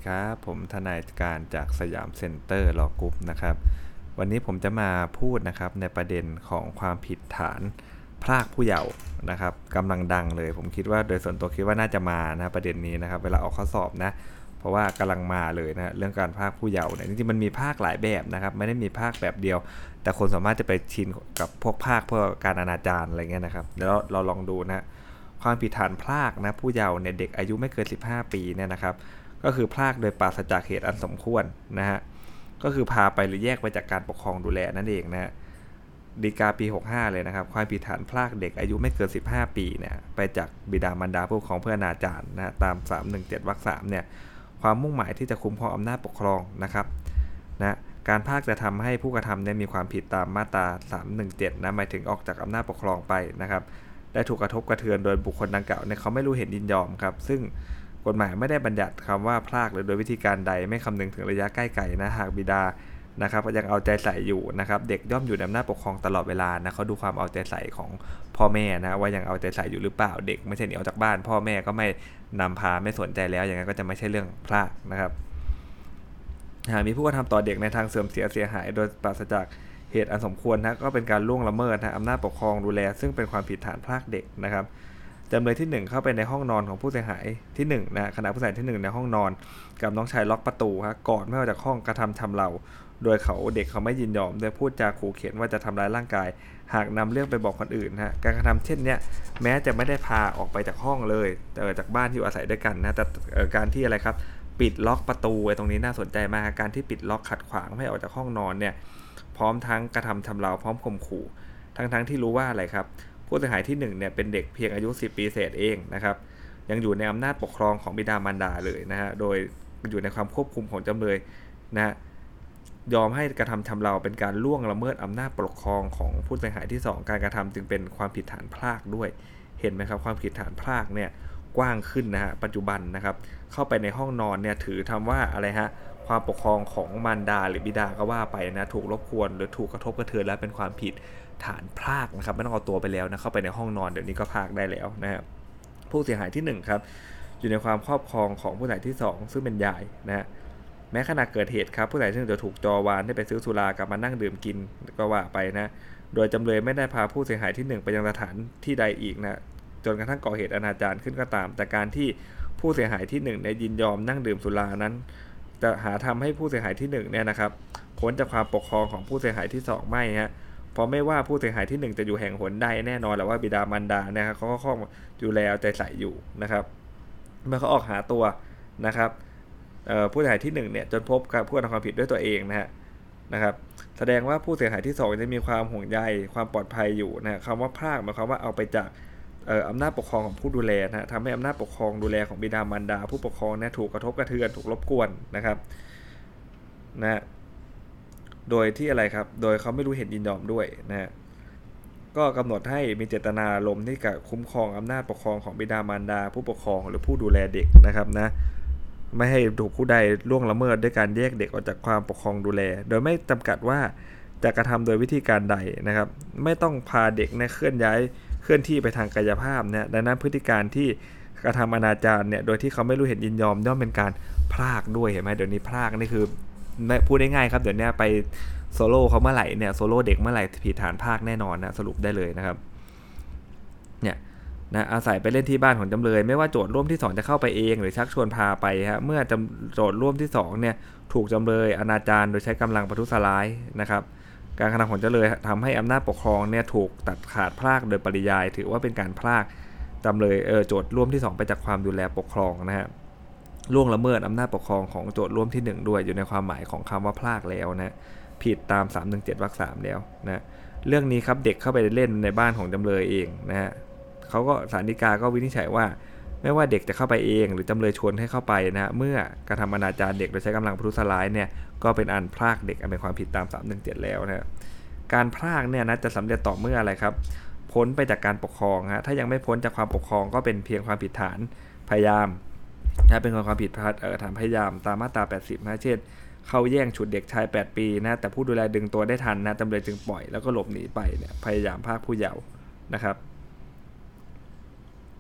ดีครับผมทนายการจากสยามเซ็นเตอร์ลอกรุ๊ปนะครับวันนี้ผมจะมาพูดนะครับในประเด็นของความผิดฐานพรากผู้เยาว์นะครับกำลังดังเลยผมคิดว่าโดยส่วนตัวคิดว่าน่าจะมานะประเด็นนี้นะครับเวลาออกข้อสอบนะเพราะว่ากำลังมาเลยนะเรื่องการพรากผู้เยาว์เนี่ยจริงๆมันมีภาคหลายแบบนะครับไม่ได้มีภาคแบบเดียวแต่คนสามารถจะไปชินกับพวกภาคเพื่อการอนาจารอะไรเงี้ยนะครับเดี๋ยวเราลองดูนะความผิดฐานพรากนะผู้เยาว์เนี่ยเด็กอายุไม่เกิน15 ปีเนี่ยนะครับก็คือพรากโดยปราศจากเหตุอันสมควรนะฮะก็คือพาไปหรือแยกไปจากการปกครองดูแลนั่นเองนะฎีกาปี65เลยนะครับความผิดฐานพรากเด็กอายุไม่เกิน15 ปีเนี่ยไปจากบิดามารดาผู้ปกครองเพื่ออนาจารนะตาม317วรรค3เนี่ยความมุ่งหมายที่จะคุ้มครองอำนาจปกครองนะครับนะการพรากจะทำให้ผู้กระทำเนี่ยมีความผิดตามมาตรา317นะหมายถึงออกจากอำนาจปกครองไปนะครับได้ถูกกระทบกระเทือนโดยบุคคลดังกล่าวเนี่ยเขาไม่รู้เห็นยินยอมครับซึ่งกฎหมายไม่ได้บัญญัติคำว่าพรากหรือโดยวิธีการใดไม่คำนึงถึงระยะใกล้ไกลนะหากบิดานะครับยังเอาใจใส่อยู่นะครับเด็กย่อมอยู่ในอำนาจปกครองตลอดเวลานะเขาดูความเอาใจใส่ของพ่อแม่นะว่ายังเอาใจใส่อยู่หรือเปล่าเด็กไม่ใช่หนีออกจากบ้านพ่อแม่ก็ไม่นำพาไม่สนใจแล้วอย่างนั้นก็จะไม่ใช่เรื่องพรากนะครับหากมีผู้กระทำต่อเด็กในทางเสื่อมเสียหายโดยปราศจากเหตุอันสมควรนะก็เป็นการล่วงละเมิดนะอำนาจปกครองดูแลซึ่งเป็นความผิดฐานพรากเด็กนะครับจำเลยที่1เข้าไปในห้องนอนของผู้เสียหายที่1นะขณะผู้เสียหายที่1ในห้องนอนกับน้องชายล็อกประตูฮะก่อนไม่ออกจากห้องกระทำชำเราโดยเด็กเขาไม่ยินยอมโดยพูดจาขู่เข็นว่าจะทำร้ายร่างกายหากนำเรื่องไปบอกคนอื่นฮะการกระทำเช่นนี้แม้จะไม่ได้พาออกไปจากห้องเลยจากบ้านที่อยู่อาศัยด้วยกันนะแต่การที่อะไรครับปิดล็อกประตูตรงนี้น่าสนใจมากการที่ปิดล็อกขัดขวางไม่ให้ออกจากห้องนอนเนี่ยพร้อมทั้งกระทำชำเราพร้อมข่มขู่ทั้งที่รู้ว่าอะไรครับผู้เสียหายที่1เนี่ยเป็นเด็กเพียงอายุ10 ปีเศษเองนะครับยังอยู่ในอำนาจปกครองของบิดามารดาเลยนะฮะโดยอยู่ในความควบคุมของจำเลยนะยอมให้กระทำชำเราเป็นการล่วงละเมิดอำนาจปกครองของผู้เสียหายที่2การกระทำจึงเป็นความผิดฐานพรากด้วยเห็นไหมครับความผิดฐานพรากเนี่ยกว้างขึ้นนะฮะปัจจุบันนะครับเข้าไปในห้องนอนเนี่ยถือทำว่าอะไรฮะความปกครองของมารดาหรือบิดาก็ว่าไปนะถูกรบกวนหรือถูกกระทบกระเทือนและเป็นความผิดฐานพรากนะครับไม่ต้องเอาตัวไปแล้วนะเข้าไปในห้องนอนเดี๋ยวนี้ก็พรากได้แล้วนะครับผู้เสียหายที่1ครับอยู่ในความครอบครองของผู้เสียหายที่2ซึ่งเป็นยายนะฮะแม้ขณะเกิดเหตุครับผู้เสียหายที่1จะถูกจอวานให้ไปซื้อสุรากลับมานั่งดื่มกินก็ว่าไปนะโดยจำเลยไม่ได้พาผู้เสียหายที่1ไปยังสถานที่ใดอีกนะจนกระทั่งก่อเหตุอนาจารขึ้นก็ตามแต่การที่ผู้เสียหายที่1เนี่ยยินยอมนั่งดื่มสุรานั้นจะหาทำให้ผู้เสียหายที่1เนี่ยนะครับพ้นจากความปกครองของผู้เสียหายที่2ไม่ฮะเพราะไม่ว่าผู้เสียหายที่1จะอยู่แห่งหนใดแน่นอนแหละว่าบิดามารดานะครับเขาก็คอยดูแลเอาใจใส่อยู่นะครับเมื่อเขาออกหาตัวนะครับผู้เสียหายที่1เนี่ยจนพบกับผู้กระทำความผิดด้วยตัวเองนะครับแสดงว่าผู้เสียหายที่2จะมีความห่วงใยความปลอดภัยอยู่นะคำว่าพรากหมายความว่าเอาไปจากอำนาจปกครองของผู้ดูแลนะทำให้อำนาจปกครองดูแลของบิดามารดาผู้ปกครองเนี่ยถูกกระทบกระเทือนถูกรบกวนนะครับนะโดยที่อะไรครับโดยเขาไม่รู้เห็นยินยอมด้วยนะก็กำหนดให้มีเจตนาลมที่จะคุ้มครองอำนาจปกครองของบิดามารดาผู้ปกครองหรือผู้ดูแลเด็กนะครับนะไม่ให้ถูกผู้ใดล่วงละเมิดด้วยการแยกเด็กออกจากความปกครองดูแลโดยไม่จำกัดว่าจะกระทำโดยวิธีการใดนะครับไม่ต้องพาเด็กเนี่ยเคลื่อนที่ไปทางกายภาพเนี่ยดังนั้นพฤติการที่กระทำอนาจารเนี่ยโดยที่เขาไม่รู้เห็นยินยอมย่อมเป็นการพรากด้วยเห็นไหมเดี๋ยวนี้พรากนี่คือพูดได้ง่ายครับเดี๋ยวนี้ไปโซโล่เขาเมื่อไหร่เนี่ยโซโล่เด็กเมื่อไหร่ผิดฐานพรากแน่นอนนะสรุปได้เลยนะครับเนี่ยนะอาศัยไปเล่นที่บ้านของจำเลยไม่ว่าโจทย์ร่วมที่2จะเข้าไปเองหรือชักชวนพาไปฮะเมื่อโจทย์ร่วมที่2เนี่ยถูกจำเลยอนาจารโดยใช้กำลังประทุษร้ายนะครับการกระทำของจำเลยทำให้อำนาจปกครองเนี่ยถูกตัดขาดพรากโดยปริยายถือว่าเป็นการพรากจำเลยโจทย์ร่วมที่2ไปจากความดูแลปกครองนะฮะล่วงละเมิดอำนาจปกครองของโจทย์ร่วมที่1ด้วยอยู่ในความหมายของคำว่าพรากแล้วนะผิดตาม317วรรค3แล้วนะเรื่องนี้ครับเด็กเข้าไปเล่นในบ้านของจำเลยเองนะฮะเขาก็ศาลฎีกาก็วินิจฉัยว่าไม่ว่าเด็กจะเข้าไปเองหรือจำเลยชวนให้เข้าไปนะเมื่อกระทำอนาจารเด็กโดยใช้กำลังประทุษร้ายเนี่ยก็เป็นอันพรากเด็กอันเป็นความผิดตาม317แล้วนะการพรากเนี่ยนะจะสำเร็จต่อเมื่ออะไรครับพ้นไปจากการปกครองฮะถ้ายังไม่พ้นจากความปกครองก็เป็นเพียงความผิดฐานพยายามนะเป็นความผิดฐานพยายามตามมาตรา80นะเช่นเข้าแย่งฉุดเด็กชาย8 ปีนะแต่ผู้ดูแลดึงตัวได้ทันนะจำเลยจึงปล่อยแล้วก็หลบหนีไปเนี่ยพยายามพรากผู้เยาว์นะครับแต่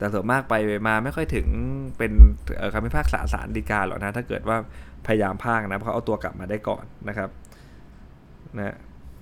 แต่ส่วนมากไปมาไม่ค่อยถึงเป็นคำพิพากษาศาลฎีกาหรอกนะถ้าเกิดว่าพยายามพากนะเพราะเอาตัวกลับมาได้ก่อนนะครับนะ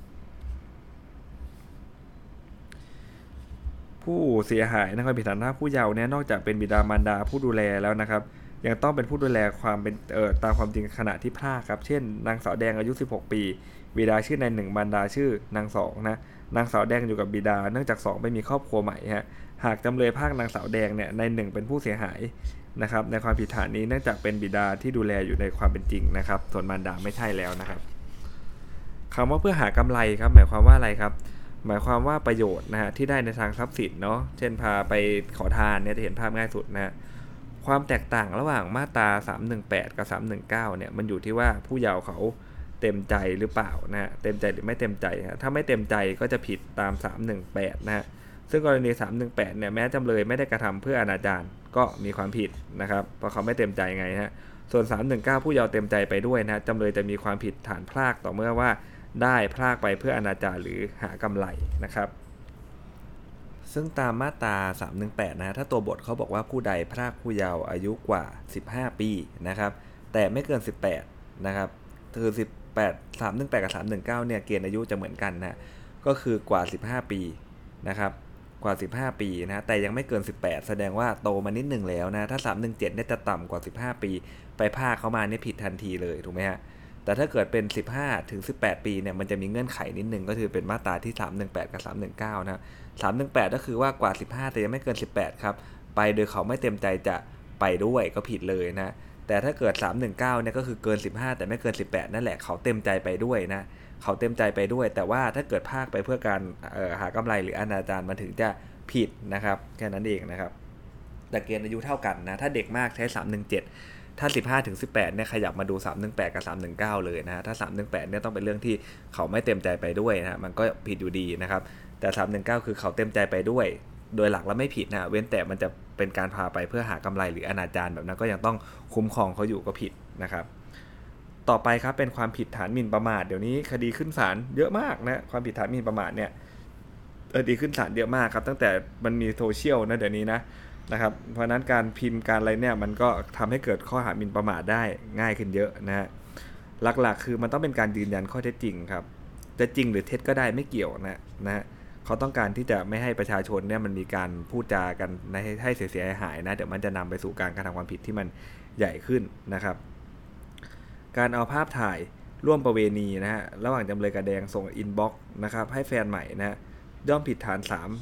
ผู้เสียหายในความผิดฐานพรากผู้เยาว์เนี่ยนอกจากเป็นบิดามารดาผู้ดูแลแล้วนะครับยังต้องเป็นผู้ดูแลความเป็นตามความจริงขณะที่พรากครับเช่นนางสาวแดงอายุ16 ปีบิดาชื่อนายหนึ่งมารดาชื่อนางสองนะนางสาวแดงอยู่กับบิดาเนื่องจากสองไปมีครอบครัวใหม่ฮะหากจำเลยพรากนางสาวแดงเนี่ยนายหนึ่งเป็นผู้เสียหายนะครับในความผิดฐานนี้เนื่องจากเป็นบิดาที่ดูแลอยู่ในความเป็นจริงนะครับส่วนมารดาไม่ใช่แล้วนะครับคำว่าเพื่อหากำไรครับหมายความว่าอะไรครับหมายความว่าประโยชน์นะฮะที่ได้ในทางทรัพย์สินเนาะเช่นพาไปขอทานเนี่ยจะเห็นภาพง่ายสุดนะฮะความแตกต่างระหว่างมาตรา318กับ319เนี่ยมันอยู่ที่ว่าผู้เยาว์เขาเต็มใจหรือเปล่านะฮะเต็มใจหรือไม่เต็มใจฮะถ้าไม่เต็มใจก็จะผิดตาม318นะฮะซึ่งกรณี318เนี่ยแม้จำเลยไม่ได้กระทำเพื่ออนาจารก็มีความผิดนะครับเพราะเขาไม่เต็มใจไงฮะส่วน319ผู้เยาว์เต็มใจไปด้วยนะจำเลยจะมีความผิดฐานพรากต่อเมื่อว่าได้พรากไปเพื่ออนาจารหรือหากำไรนะครับซึ่งตามมาตรา318นะถ้าตัวบทเขาบอกว่าผู้ใดพรากผู้เยาว์อายุกว่า15 ปีนะครับแต่ไม่เกิน18นะครับคือ18 318กับ319เนี่ยเกณฑ์อายุจะเหมือนกันนะก็คือกว่า15 ปีนะครับกว่า15 ปีนะแต่ยังไม่เกิน18แสดงว่าโตมานิดนึงแล้วนะถ้า317เนี่ยจะต่ำกว่า15 ปีไปพรากเขามาเนี่ยผิดทันทีเลยถูกไหมฮะแต่ถ้าเกิดเป็น15ถึง18 ปีเนี่ยมันจะมีเงื่อนไขนิดนึงก็คือเป็นมาตราที่318กับ319นะ318ก็คือว่ากว่า15แต่ยังไม่เกิน18ครับไปโดยเขาไม่เต็มใจจะไปด้วยก็ผิดเลยนะแต่ถ้าเกิด319เนี่ยก็คือเกิน15แต่ไม่เกิน18นั่นแหละเขาเต็มใจไปด้วยนะเขาเต็มใจไปด้วยแต่ว่าถ้าเกิดพากไปเพื่อการหากำไรหรืออนาจารมันถึงจะผิดนะครับแค่นั้นเองนะครับแต่เกณฑ์อายุเท่ากันนะถ้าเด็กมากใช้317ถ้า15ถึง18เนี่ยขยับมาดู318กับ319เลยนะถ้า318เนี่ยต้องเป็นเรื่องที่เขาไม่เต็มใจไปด้วยนะมันก็ผิดอยู่ดีนะครับแต่319คือเขาเต็มใจไปด้วยโดยหลักแล้วไม่ผิดนะเว้นแต่มันจะเป็นการพาไปเพื่อหากำไรหรืออนาจารแบบนั้นก็ยังต้องคุ้มครองเขาอยู่ก็ผิดนะครับต่อไปครับเป็นความผิดฐานหมิ่นประมาทเดี๋ยวนี้คดีขึ้นศาลเยอะมากนะความผิดฐานหมิ่นประมาทเนี่ยคดีขึ้นศาลเยอะมากครับตั้งแต่มันมีโซเชียลนะเดี๋ยวนี้นะครับเพราะนั้นการพิมพ์การอะไรเนี่ยมันก็ทำให้เกิดข้อหาหมิ่นประมาทได้ง่ายขึ้นเยอะนะฮะหลักๆคือมันต้องเป็นการยืนยันข้อเท็จจริงครับจะจริงหรือเท็จก็ได้ไม่เกี่ยวนะฮะเขาต้องการที่จะไม่ให้ประชาชนเนี่ยมันมีการพูดจากันให้เสียหายนะเดี๋ยวมันจะนำไปสู่การกระทำความผิดที่มันใหญ่ขึ้นนะครับการเอาภาพถ่ายร่วมประเวณีนะฮะระหว่างจำเลยกับแดงส่งอินบ็อกซ์นะครับให้แฟนใหม่นะย่อมผิดฐาน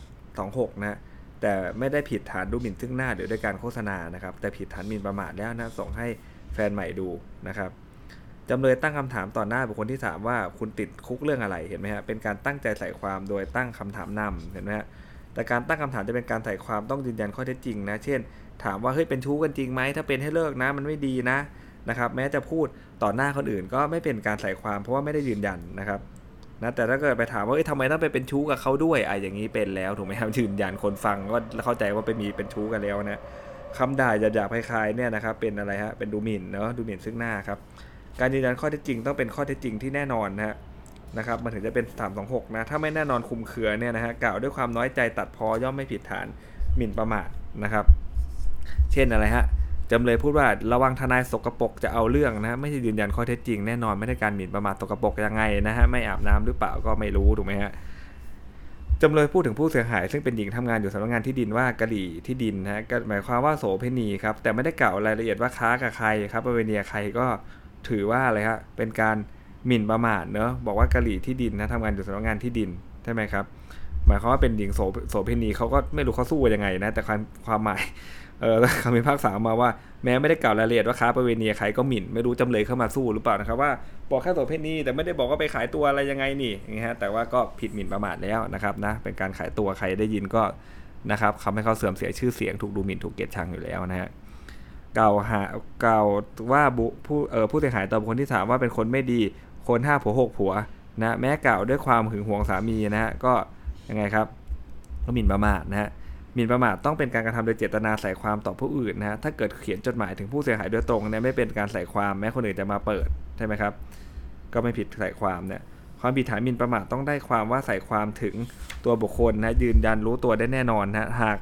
326นะแต่ไม่ได้ผิดฐานดูหมิ่นซึ่งหน้าหรือด้วยการโฆษณานะครับแต่ผิดฐานหมิ่นประมาทแล้วนะส่งให้แฟนใหม่ดูนะครับจำเลยตั้งคำถามต่อหน้าบุคคลที่3ว่าคุณติดคุกเรื่องอะไรเห็นไหมฮะเป็นการตั้งใจใส่ความโดยตั้งคำถามนำเห็นไหมฮะแต่การตั้งคำถามจะเป็นการใส่ความต้องยืนยันข้อเท็จจริงนะเช่นถามว่าเฮ้ยเป็นชู้กันจริงไหมถ้าเป็นให้เลิกนะมันไม่ดีนะครับแม้จะพูดต่อหน้าคนอื่นก็ไม่เป็นการใส่ความเพราะว่าไม่ได้ยืนยันนะครับนะแต่ถ้าเกิดไปถามว่าทำไมต้องไปเป็นชู้กับเขาด้วยอย่างนี้เป็นแล้วถูกไหมครับยืนยันคนฟังก็เข้าใจว่าไปมีเป็นชู้กันแล้วนะคำด่าหยาบๆคล้ายๆเนี่ยนะครับเป็นอะไรฮะเป็นดูหมิ่นเนาะดูหมิ่นซึ่งหน้าครับการยืนยันข้อเท็จจริงต้องเป็นข้อเท็จจริงที่แน่นอนนะครับมันถึงจะเป็น326นะถ้าไม่แน่นอนคลุมเครือเนี่ยนะฮะกล่าวด้วยความน้อยใจตัดพ้อย่อมไม่ผิดฐานหมิ่นประมาทนะครับเช่นอะไรฮะจำเลยพูดว่าระวังทนายสกปรกจะเอาเรื่องนะไม่ใช่ยืนยันข้อเท็จจริงแน่นอนไม่ได้การหมิ่นประมาทสกปรกยังไงนะฮะไม่อาบน้ำหรือเปล่าก็ไม่รู้ถูกไหมฮะจำเลยพูดถึงผู้เสียหายซึ่งเป็นหญิงทำงานอยู่สำนักงานที่ดินว่ากะหรี่ที่ดินนะก็หมายความว่าโสเภณีครับแต่ไม่ได้กล่าวรายละเอียดว่าค้ากับใครครับประเวณีใครก็ถือว่าอะไรฮะเป็นการหมิ่นประมาทเนอะบอกว่ากะหรี่ที่ดินนะทำงานอยู่สำนักงานที่ดินใช่ไหมครับหมายความว่าเป็นหญิงโสเภณีเขาก็ไม่รู้เขาสู้ยังไงนะแต่ความหมายคำพิพากษามาว่าแม้ไม่ได้กล่าวรายละเอียดว่าค้าประเวณีใครก็หมิ่นไม่รู้จำเลยเข้ามาสู้หรือเปล่านะครับว่าบอกแค่โสเภณีแต่ไม่ได้บอกว่าไปขายตัวอะไรยังไงนี่อย่างเงี้ยแต่ว่าก็ผิดหมิ่นประมาทแล้วนะครับนะเป็นการขายตัวใครได้ยินก็นะครับทำให้เขาเสื่อมเสียชื่อเสียงถูกดูหมิ่นถูกเกลียดชังอยู่แล้วนะฮะกล่าวว่าผู้เสียหายต่อบุคคลที่3ว่าเป็นคนไม่ดีคน5 ผัว 6 ผัวนะแม้กล่าวด้วยความหึงหวงสามีนะฮะก็ยังไงครับก็หมิ่นประมาทนะฮะหมิ่นประมาทต้องเป็นการกระทำโดยเจตนาใส่ความต่อผู้อื่นนะฮะถ้าเกิดเขียนจดหมายถึงผู้เสียหายโดยตรงเนี่ยไม่เป็นการใส่ความแม้คนอื่นจะมาเปิดใช่ไหมครับก็ไม่ผิดใส่ความเนี่ยความผิดฐานหมิ่นประมาทต้องได้ความว่าใส่ความถึงตัวบุคคลนะยืนยันรู้ตัวได้แน่นอนนะหาก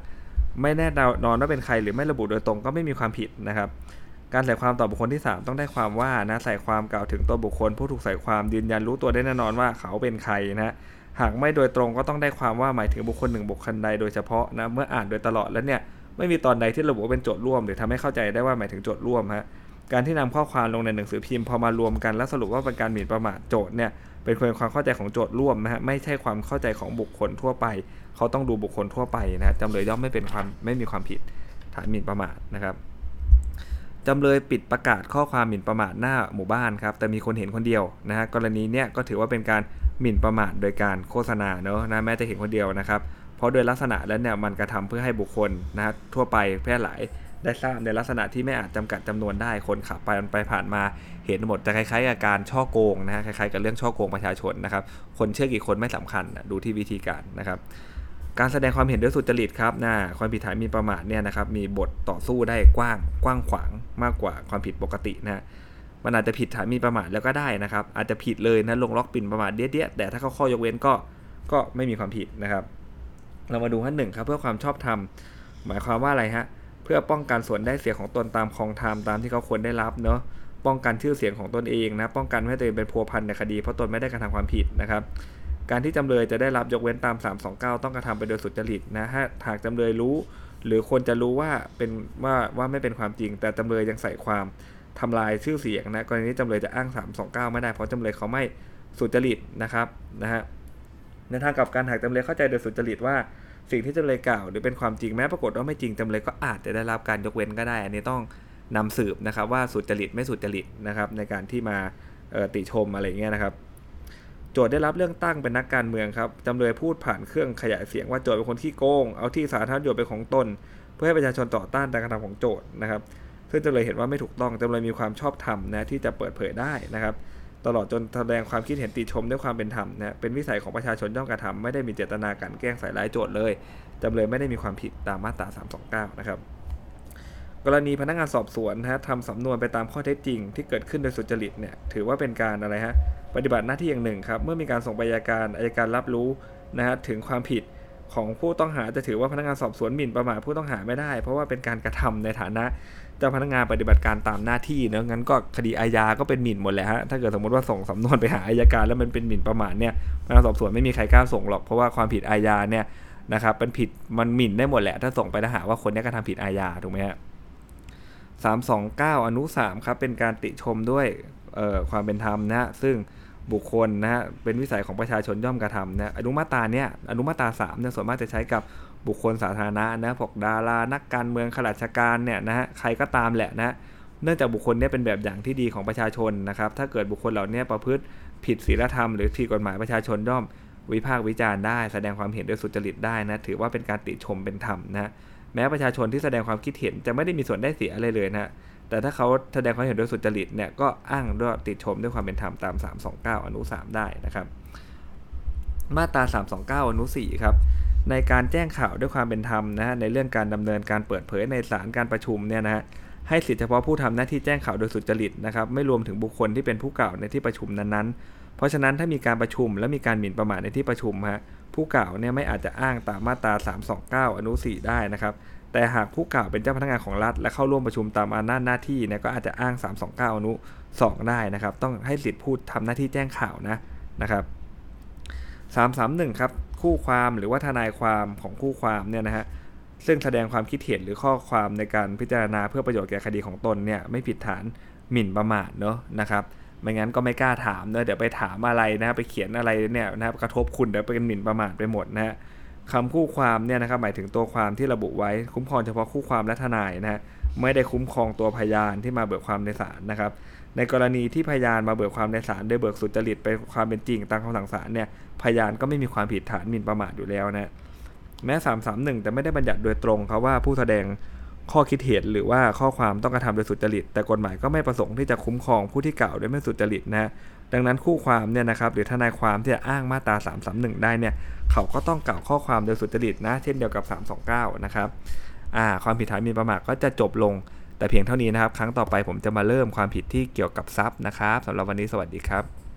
ไม่แน่นอนว่าเป็นใครหรือไม่ระบุโดยตรงก็ไม่มีความผิดนะครับการใส่ความต่อบุคคลที่3ต้องได้ความว่านะใส่ความกล่าวถึงตัวบุคคลผู้ถูกใส่ความยืนยันรู้ตัวได้แน่นอนว่าเขาเป็นใครนะหากไม่โดยตรงก็ต้องได้ความว่าหมายถึงบุคคลหนึ่งบุคคลใดโดยเฉพาะนะเมื่ออ่านโดยตลอดแล้วเนี่ยไม่มีตอนใดที่ระบุว่าเป็นโจทย์ร่วมหรือทำให้เข้าใจได้ว่าหมายถึงโจทย์ร่วมฮะการที่นำข้อความลงในหนังสือพิมพ์พอมารวมกันแล้วสรุปว่าเป็นการหมิ่นประมาทโจทย์เนี่ยเป็นความเข้าใจของโจทย์ร่วมนะฮะไม่ใช่ความเข้าใจของบุคคลทั่วไปเขาต้องดูบุคคลทั่วไปนะจำเลยย่อมไม่มีความผิดฐานหมิ่นประมาทนะครับจำเลยปิดประกาศข้อความหมิ่นประมาทหน้าหมู่บ้านครับแต่มีคนเห็นคนเดียวนะฮะกรณีเนี้ยก็ถือว่าเป็นการหมิ่นประมาทโดยการโฆษณาเนอะนะแม้จะเห็นคนเดียวนะครับเพราะโดยลักษณะแล้วเนี่ยมันกระทำเพื่อให้บุคคลนะฮะทั่วไปแพร่หลายได้ทราบในลักษณะที่ไม่อาจจำกัดจำนวนได้คนขับไปผ่านมาเห็นหมดจะคล้ายๆกับการช่อโกงนะฮะคล้ายๆกับเรื่องช่อโกงประชาชนนะครับคนเชื่อกี่คนไม่สำคัญดูที่วิธีการนะครับการแสดงความเห็นด้วยสุจริตครับความผิดฐานหมิ่นประมาทเนี่ยนะครับมีบทต่อสู้ได้กว้างขวางมากกว่าความผิดปกตินะมันอาจจะผิดฐานหมิ่นประมาทแล้วก็ได้นะครับอาจจะผิดเลยนะลงล็อกปิ่นประมาทเดี้ยแต่ถ้าเขาข้อยกเว้นก็ไม่มีความผิดนะครับเรามาดูขั้นหนึ่งครับเพื่อความชอบธรรมหมายความว่าอะไรฮะเพื่อป้องกันส่วนได้เสียของตนตามครองธรรมตามที่เขาควรได้รับเนาะป้องกันชื่อเสียงของตนเองนะป้องกันไม่ให้ตัวเองเป็นพัวพันในคดีเพราะตนไม่ได้กระทำความผิดนะครับการที่จำเลยจะได้รับยกเว้นตาม329ต้องกระทำไปโดยสุจริตนะหากจำเลยรู้หรือคนจะรู้ว่าเป็นว่าไม่เป็นความจริงแต่จำเลยยังใส่ความทำลายชื่อเสียงนะกรณีนี้จำเลยจะอ้าง329ไม่ได้เพราะจำเลยเขาไม่สุจริตนะครับนะฮะในทางกลับกันหากจำเลยเข้าใจโดยสุจริตว่าสิ่งที่จำเลยกล่าวหรือเป็นความจริงแม้ปรากฏว่าไม่จริงจำเลยก็อาจจะได้รับการยกเว้นก็ได้อันนี้ต้องนำสืบนะครับว่าสุจริตไม่สุจริตนะครับในการที่มาติชมอะไรเงี้ยนะครับโจทย์ได้รับเรื่องตั้งเป็นนักการเมืองครับจำเลยพูดผ่านเครื่องขยายเสียงว่าโจทย์เป็นคนขี้โกงเอาที่สาธารณประโยชน์เป็นของตนเพื่อให้ประชาชนต่อต้านการกระทำของโจทย์นะครับซึ่งจำเลยเห็นว่าไม่ถูกต้องจำเลยมีความชอบธรรมนะที่จะเปิดเผยได้นะครับตลอดจนแสดงความคิดเห็นติชมด้วยความเป็นธรรมนะเป็นวิสัยของประชาชนย่อมกระทำไม่ได้มีเจตนาการแกล้งใส่ร้ายโจทย์เลยจำเลยไม่ได้มีความผิดตามมาตรา329นะครับกรณีพนักงานสอบสวนทำสำนวนไปตามข้อเท็จจริงที่เกิดขึ้นโดยสุจริตเนี่ยถือว่าเป็นการอะไรปฏิบัติหน้าที่อย่างหนึ่งครับเมื่อมีการส่งไปอัยการรับรู้ถึงความผิดของผู้ต้องหาจะถือว่าพนักงานสอบสวนหมิ่นประมาทผู้ต้องหาไม่ได้เพราะว่าเป็นการกระทำในฐานะเจ้าพนักงานปฏิบัติการตามหน้าที่เนอะงั้นก็คดีอาญาก็เป็นหมิ่นหมดแหละถ้าเกิดสมมติว่าส่งสำนวนไปหาอัยการแล้วมันเป็นหมิ่นประมาทเนี่ยพนักงานสอบสวนไม่มีใครกล้าส่งหรอกเพราะว่าความผิดอาญาเนี่ยนะครับเป็นผิดมันหมิ่นได้หมดแหละถ้าส่งไปถ้าหาว่าคนนี้กระทำผิดอาญาถูกไหมฮะ329อนุ3ครับเป็นการติชมด้วยความเป็นธรรมซึ่งบุคคลเป็นวิสัยของประชาชนย่อมกระทำอนุมาตรา3เนี่ยส่วนมากจะใช้กับบุคคลสาธารณะพวกดารานักการเมืองข้าราชการเนี่ยใครก็ตามแหละเนื่องจากบุคคลนี้เป็นแบบอย่างที่ดีของประชาชนนะครับถ้าเกิดบุคคลเหล่านี้ประพฤติผิดศีลธรรมหรือผิดกฎหมายประชาชนย่อมวิพากษ์วิจารณ์ได้แสดงความเห็นโดยสุจริตได้ถือว่าเป็นการติชมเป็นธรรมแม้ประชาชนที่แสดงความคิดเห็นจะไม่ได้มีส่วนได้เสียอะไรเลยแต่ถ้าเขาแสดงความเห็นโดยสุจริตเนี่ยก็อ้างด้วยติชมด้วยความเป็นธรรมตาม329อนุ3ได้นะครับมาตรา329อนุ4ครับในการแจ้งข่าวด้วยความเป็นธรรมในเรื่องการดำเนินการเปิดเผยในศาลการประชุมเนี่ยให้สิทธิเฉพาะผู้ทำหน้าที่แจ้งข่าวโดยสุจริตนะครับไม่รวมถึงบุคคลที่เป็นผู้กล่าวในที่ประชุมนั้นๆเพราะฉะนั้นถ้ามีการประชุมและมีการหมิ่นประมาทในที่ประชุมผู้กล่าวเนี่ยไม่อาจจะอ้างตามมาตรา329อนุ4ได้นะครับแต่หากผู้กล่าวเป็นเจ้าพนักงานของรัฐและเข้าร่วมประชุมตามอำนาจหน้าที่เนี่ยก็อาจจะอ้าง329อนุ2ได้นะครับต้องให้สิทธิพูดทำหน้าที่แจ้งข่าวนะครับ331ครับคู่ความหรือว่าทนายความของคู่ความเนี่ยซึ่งแสดงความคิดเห็นหรือข้อความในการพิจารณาเพื่อประโยชน์แก่คดีของตนเนี่ยไม่ผิดฐานหมิ่นประมาทเนาะนะครับไม่งั้นก็ไม่กล้าถามเดี๋ยวไปถามอะไรไปเขียนอะไรเนี่ยกระทบคุณเดี๋ยวเป็นหมิ่นประมาทไปหมดคำคู่ความเนี่ยหมายถึงตัวความที่ระบุไว้คุ้มครองเฉพาะคู่ความและทนายไม่ได้คุ้มครองตัวพยานที่มาเบิกความในศาลนะครับในกรณีที่พยานมาเบิกความในศาลโดยเบิกสุจริตไปความเป็นจริงตามคำสั่งศาลเนี่ยพยานก็ไม่มีความผิดฐานหมิ่นประมาทอยู่แล้วแม้331แต่ไม่ได้บัญญัติโดยตรงครับว่าผู้แสดงข้อคิดเห็นหรือว่าข้อความต้องกระทำโดยสุจริตแต่กฎหมายก็ไม่ประสงค์ที่จะคุ้มครองผู้ที่กล่าวโดยไม่สุจริตดังนั้นคู่ความเนี่ยนะครับหรือทนายความที่จะอ้างมาตรา331ได้เนี่ยเขาก็ต้องกล่าวข้อความโดยสุจริตเช่นเดียวกับ329นะครับความผิดฐานหมิ่นประมาทก็จะจบลงแต่เพียงเท่านี้นะครับครั้งต่อไปผมจะมาเริ่มความผิดที่เกี่ยวกับทรัพย์นะครับสำหรับวันนี้สวัสดีครับ